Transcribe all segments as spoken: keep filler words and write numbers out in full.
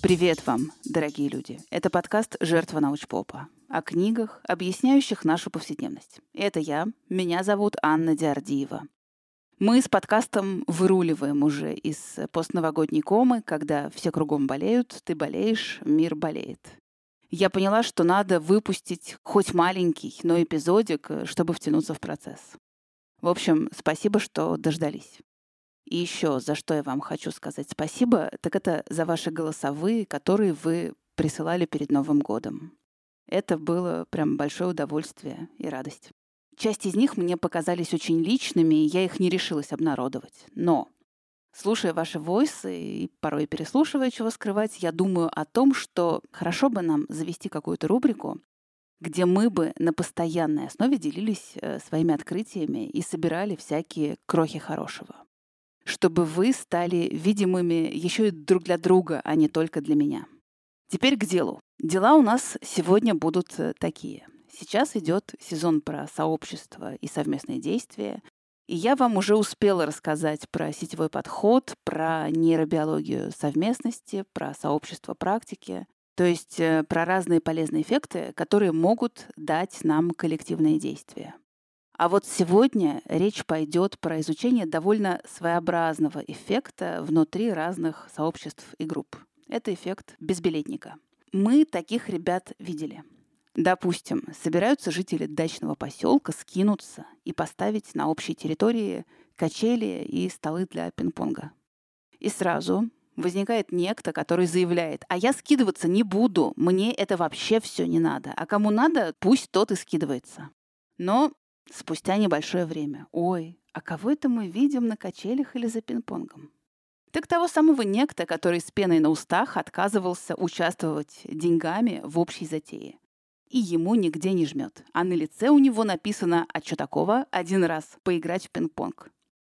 Привет вам, дорогие люди. Это подкаст «Жертва научпопа» о книгах, объясняющих нашу повседневность. Это я, меня зовут Анна Диардиева. Мы с подкастом выруливаем уже из постновогодней комы, когда все кругом болеют, ты болеешь, мир болеет. Я поняла, что надо выпустить хоть маленький, но эпизодик, чтобы втянуться в процесс. В общем, спасибо, что дождались. И еще, за что я вам хочу сказать спасибо, так это за ваши голосовые, которые вы присылали перед Новым годом. Это было прям большое удовольствие и радость. Часть из них мне показались очень личными, и я их не решилась обнародовать. Но, слушая ваши войсы и порой переслушивая, чего скрывать, я думаю о том, что хорошо бы нам завести какую-то рубрику, где мы бы на постоянной основе делились своими открытиями и собирали всякие крохи хорошего. Чтобы вы стали видимыми еще и друг для друга, а не только для меня. Теперь к делу. Дела у нас сегодня будут такие. Сейчас идет сезон про сообщество и совместные действия, и я вам уже успела рассказать про сетевой подход, про нейробиологию совместности, про сообщество практики, то есть про разные полезные эффекты, которые могут дать нам коллективные действия. А вот сегодня речь пойдет про изучение довольно своеобразного эффекта внутри разных сообществ и групп. Это эффект безбилетника. Мы таких ребят видели. Допустим, собираются жители дачного поселка скинуться и поставить на общей территории качели и столы для пинг-понга. И сразу возникает некто, который заявляет: «А я скидываться не буду, мне это вообще все не надо. А кому надо, пусть тот и скидывается». Но спустя небольшое время: «Ой, а кого это мы видим на качелях или за пинг-понгом?» Так того самого некто, который с пеной на устах отказывался участвовать деньгами в общей затее. И ему нигде не жмет. А на лице у него написано: «А чё такого? Один раз поиграть в пинг-понг».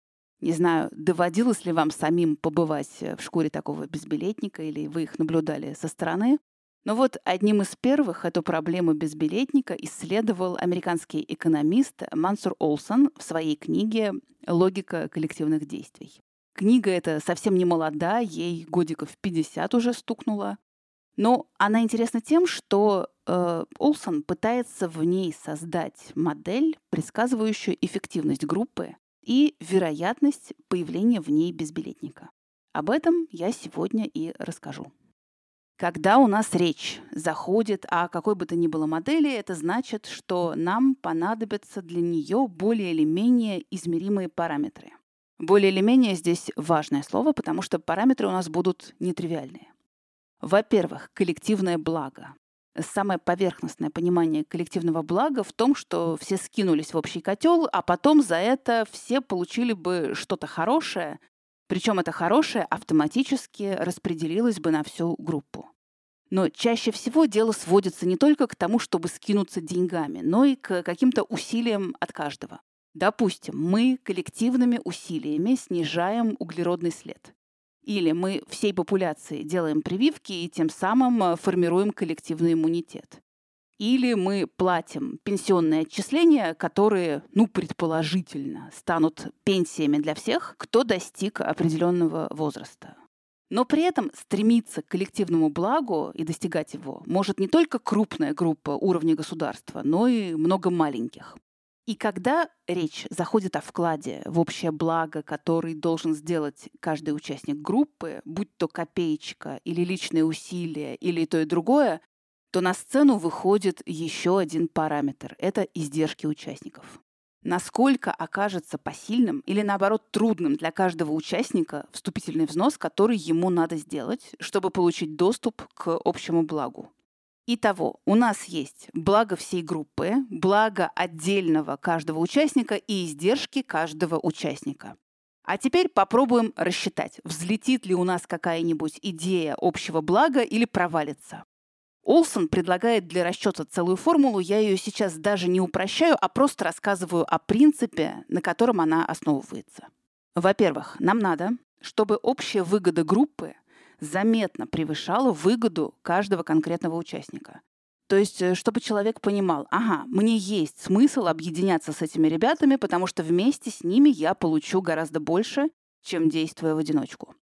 Не знаю, доводилось ли вам самим побывать в шкуре такого безбилетника, или вы их наблюдали со стороны. Но вот одним из первых эту проблему безбилетника исследовал американский экономист Мансур Олсон в своей книге «Логика коллективных действий». Книга эта совсем не молода, ей годиков пятьдесят уже стукнуло. Но она интересна тем, что э, Олсон пытается в ней создать модель, предсказывающую эффективность группы и вероятность появления в ней безбилетника. Об этом я сегодня и расскажу. Когда у нас речь заходит о какой бы то ни было модели, это значит, что нам понадобятся для нее более или менее измеримые параметры. Более или менее здесь важное слово, потому что параметры у нас будут нетривиальные. Во-первых, коллективное благо. Самое поверхностное понимание коллективного блага в том, что все скинулись в общий котел, а потом за это все получили бы что-то хорошее, причем это хорошее автоматически распределилось бы на всю группу. Но чаще всего дело сводится не только к тому, чтобы скинуться деньгами, но и к каким-то усилиям от каждого. Допустим, мы коллективными усилиями снижаем углеродный след. Или мы всей популяции делаем прививки и тем самым формируем коллективный иммунитет. Или мы платим пенсионные отчисления, которые, ну, предположительно, станут пенсиями для всех, кто достиг определенного возраста. Но при этом стремиться к коллективному благу и достигать его может не только крупная группа уровня государства, но и много маленьких. И когда речь заходит о вкладе в общее благо, который должен сделать каждый участник группы, будь то копеечка или личные усилия, или и то, и другое, то на сцену выходит еще один параметр – это издержки участников. Насколько окажется посильным или, наоборот, трудным для каждого участника вступительный взнос, который ему надо сделать, чтобы получить доступ к общему благу. Итого, у нас есть благо всей группы, благо отдельного каждого участника и издержки каждого участника. А теперь попробуем рассчитать, взлетит ли у нас какая-нибудь идея общего блага или провалится. Олсон предлагает для расчета целую формулу, я ее сейчас даже не упрощаю, а просто рассказываю о принципе, на котором она основывается. Во-первых, нам надо, чтобы общая выгода группы заметно превышала выгоду каждого конкретного участника. То есть, чтобы человек понимал: ага, мне есть смысл объединяться с этими ребятами, потому что вместе с ними я получу гораздо больше, чем действуя в одиночку.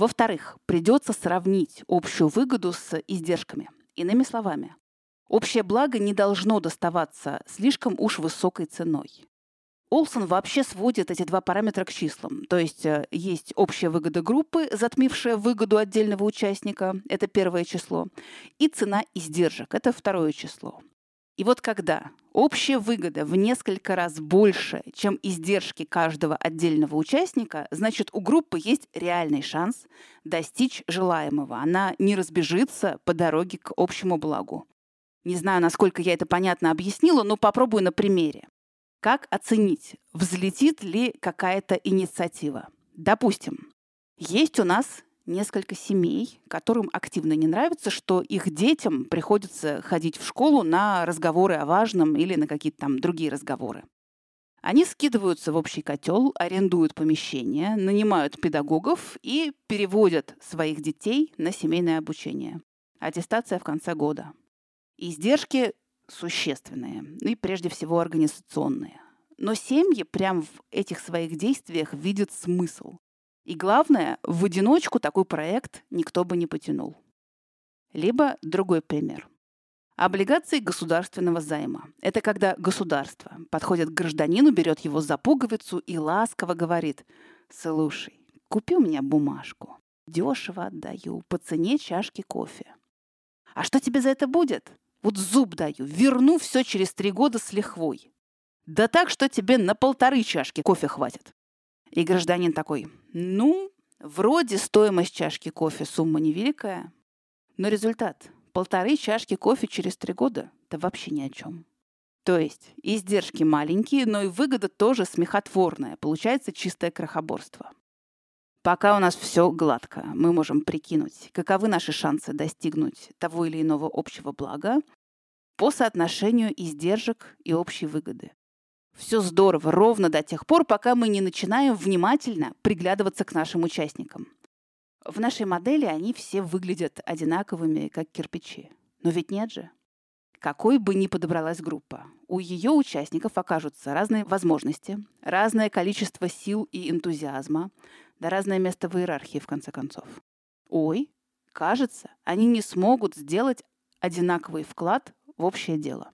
Во-вторых, придется сравнить общую выгоду с издержками. Иными словами, общее благо не должно доставаться слишком уж высокой ценой. Олсон вообще сводит эти два параметра к числам. То есть э, есть общая выгода группы, затмившая выгоду отдельного участника, это первое число, и цена издержек, это второе число. И вот когда общая выгода в несколько раз больше, чем издержки каждого отдельного участника, значит, у группы есть реальный шанс достичь желаемого. Она не разбежится по дороге к общему благу. Не знаю, насколько я это понятно объяснила, но попробую на примере. Как оценить, взлетит ли какая-то инициатива? Допустим, есть у нас несколько семей, которым активно не нравится, что их детям приходится ходить в школу на разговоры о важном или на какие-то там другие разговоры. Они скидываются в общий котел, арендуют помещение, нанимают педагогов и переводят своих детей на семейное обучение. Аттестация в конце года. Издержки существенные, и прежде всего организационные. Но семьи прямо в этих своих действиях видят смысл. И главное, в одиночку такой проект никто бы не потянул. Либо другой пример. Облигации государственного займа. Это когда государство подходит к гражданину, берет его за пуговицу и ласково говорит: «Слушай, купи у меня бумажку. Дешево отдаю, по цене чашки кофе. А что тебе за это будет? Вот зуб даю, верну все через три года с лихвой. Да так, что тебе на полторы чашки кофе хватит». И гражданин такой: ну, вроде стоимость чашки кофе сумма невеликая, но результат – полторы чашки кофе через три года – это вообще ни о чем. То есть издержки маленькие, но и выгода тоже смехотворная. Получается чистое крохоборство. Пока у нас все гладко, мы можем прикинуть, каковы наши шансы достигнуть того или иного общего блага по соотношению издержек и общей выгоды. Все здорово, ровно до тех пор, пока мы не начинаем внимательно приглядываться к нашим участникам. В нашей модели они все выглядят одинаковыми, как кирпичи. Но ведь нет же. Какой бы ни подобралась группа, у ее участников окажутся разные возможности, разное количество сил и энтузиазма, да разное место в иерархии, в конце концов. Ой, кажется, они не смогут сделать одинаковый вклад в общее дело.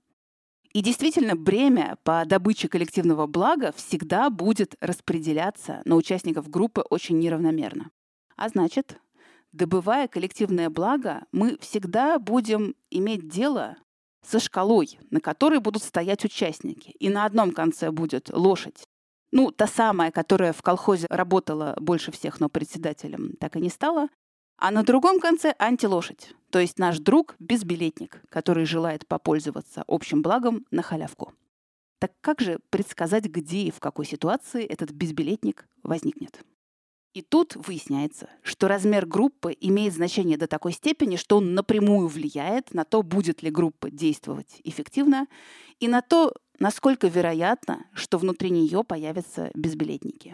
И действительно, бремя по добыче коллективного блага всегда будет распределяться на участников группы очень неравномерно. А значит, добывая коллективное благо, мы всегда будем иметь дело со шкалой, на которой будут стоять участники. И на одном конце будет лошадь. Ну, та самая, которая в колхозе работала больше всех, но председателем так и не стала. А на другом конце антилошадь, то есть наш друг-безбилетник, который желает попользоваться общим благом на халявку. Так как же предсказать, где и в какой ситуации этот безбилетник возникнет? И тут выясняется, что размер группы имеет значение до такой степени, что он напрямую влияет на то, будет ли группа действовать эффективно, и на то, насколько вероятно, что внутри нее появятся безбилетники.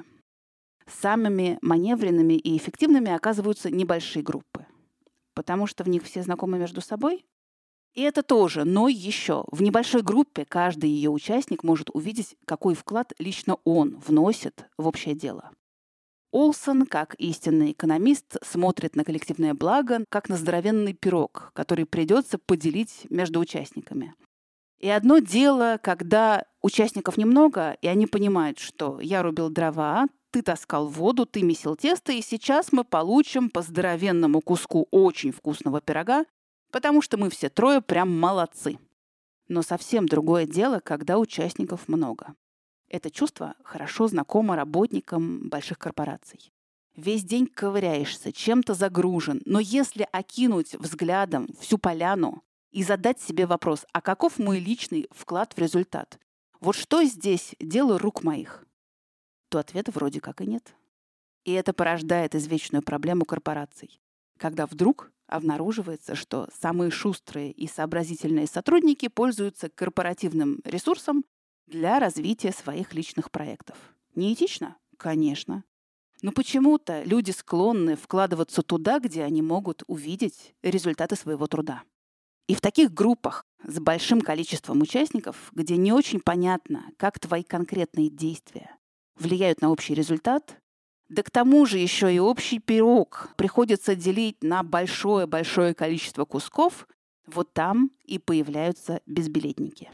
Самыми маневренными и эффективными оказываются небольшие группы, потому что в них все знакомы между собой. И это тоже, но еще. В небольшой группе каждый ее участник может увидеть, какой вклад лично он вносит в общее дело. Олсон, как истинный экономист, смотрит на коллективное благо как на здоровенный пирог, который придется поделить между участниками. И одно дело, когда участников немного, и они понимают, что я рубил дрова, ты таскал воду, ты месил тесто, и сейчас мы получим по здоровенному куску очень вкусного пирога, потому что мы все трое прям молодцы. Но совсем другое дело, когда участников много. Это чувство хорошо знакомо работникам больших корпораций. Весь день ковыряешься, чем-то загружен, но если окинуть взглядом всю поляну и задать себе вопрос, а каков мой личный вклад в результат? Вот что здесь дело рук моих? То ответа вроде как и нет. И это порождает извечную проблему корпораций, когда вдруг обнаруживается, что самые шустрые и сообразительные сотрудники пользуются корпоративным ресурсом для развития своих личных проектов. Неэтично? Конечно. Но почему-то люди склонны вкладываться туда, где они могут увидеть результаты своего труда. И в таких группах с большим количеством участников, где не очень понятно, как твои конкретные действия влияют на общий результат, Да к тому же еще и общий пирог приходится делить на большое-большое количество кусков, вот там и появляются безбилетники.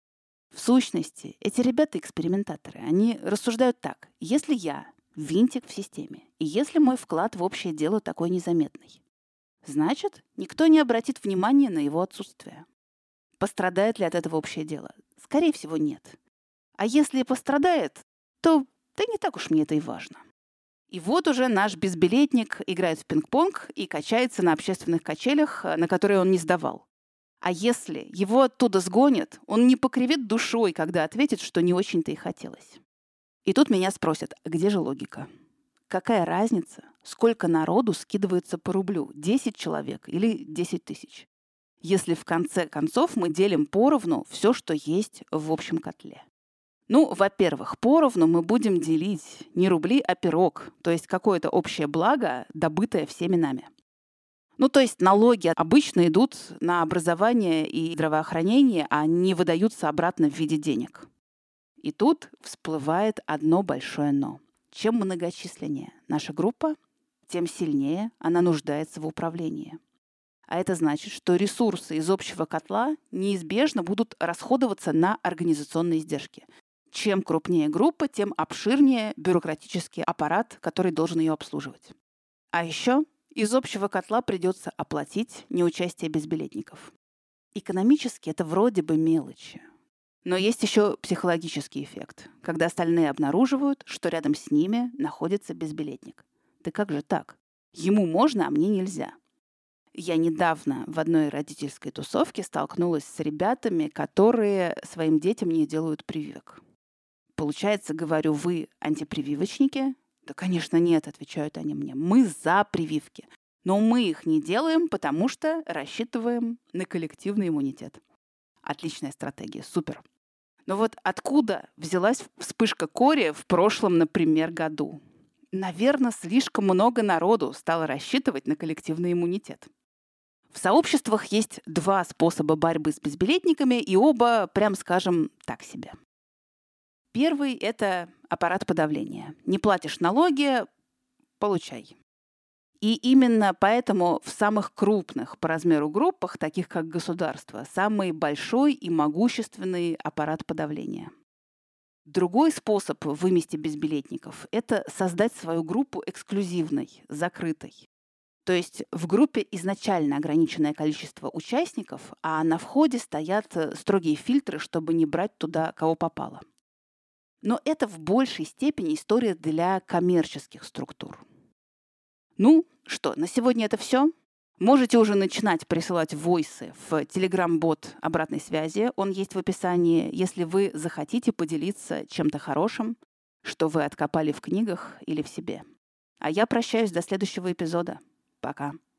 В сущности, эти ребята-экспериментаторы, они рассуждают так. Если я винтик в системе, и если мой вклад в общее дело такой незаметный, значит, никто не обратит внимания на его отсутствие. Пострадает ли от этого общее дело? Скорее всего, нет. А если и пострадает, то да не так уж мне это и важно. И вот уже наш безбилетник играет в пинг-понг и качается на общественных качелях, на которые он не сдавал. А если его оттуда сгонят, он не покривит душой, когда ответит, что не очень-то и хотелось. И тут меня спросят, а где же логика? Какая разница, сколько народу скидывается по рублю? десять человек или десять тысяч? Если в конце концов мы делим поровну все, что есть в общем котле. Ну, во-первых, поровну мы будем делить не рубли, а пирог, то есть какое-то общее благо, добытое всеми нами. Ну, то есть налоги обычно идут на образование и здравоохранение, а не выдаются обратно в виде денег. И тут всплывает одно большое «но». Чем многочисленнее наша группа, тем сильнее она нуждается в управлении. А это значит, что ресурсы из общего котла неизбежно будут расходоваться на организационные издержки. Чем крупнее группа, тем обширнее бюрократический аппарат, который должен ее обслуживать. А еще из общего котла придется оплатить неучастие безбилетников. Экономически это вроде бы мелочи. Но есть еще психологический эффект, когда остальные обнаруживают, что рядом с ними находится безбилетник. Да как же так? Ему можно, а мне нельзя. Я недавно в одной родительской тусовке столкнулась с ребятами, которые своим детям не делают прививок. Получается, говорю, вы антипрививочники? Да, конечно, нет, отвечают они мне. Мы за прививки. Но мы их не делаем, потому что рассчитываем на коллективный иммунитет. Отличная стратегия, супер. Но вот откуда взялась вспышка кори в прошлом, например, году? Наверное, слишком много народу стало рассчитывать на коллективный иммунитет. В сообществах есть два способа борьбы с безбилетниками, и оба, прям скажем, так себе. Первый – это аппарат подавления. Не платишь налоги – получай. И именно поэтому в самых крупных по размеру группах, таких как государство, самый большой и могущественный аппарат подавления. Другой способ вымести безбилетников – это создать свою группу эксклюзивной, закрытой. То есть в группе изначально ограниченное количество участников, а на входе стоят строгие фильтры, чтобы не брать туда, кого попало. Но это в большей степени история для коммерческих структур. Ну что, на сегодня это все. Можете уже начинать присылать войсы в Telegram-бот обратной связи. Он есть в описании, если вы захотите поделиться чем-то хорошим, что вы откопали в книгах или в себе. А я прощаюсь до следующего эпизода. Пока.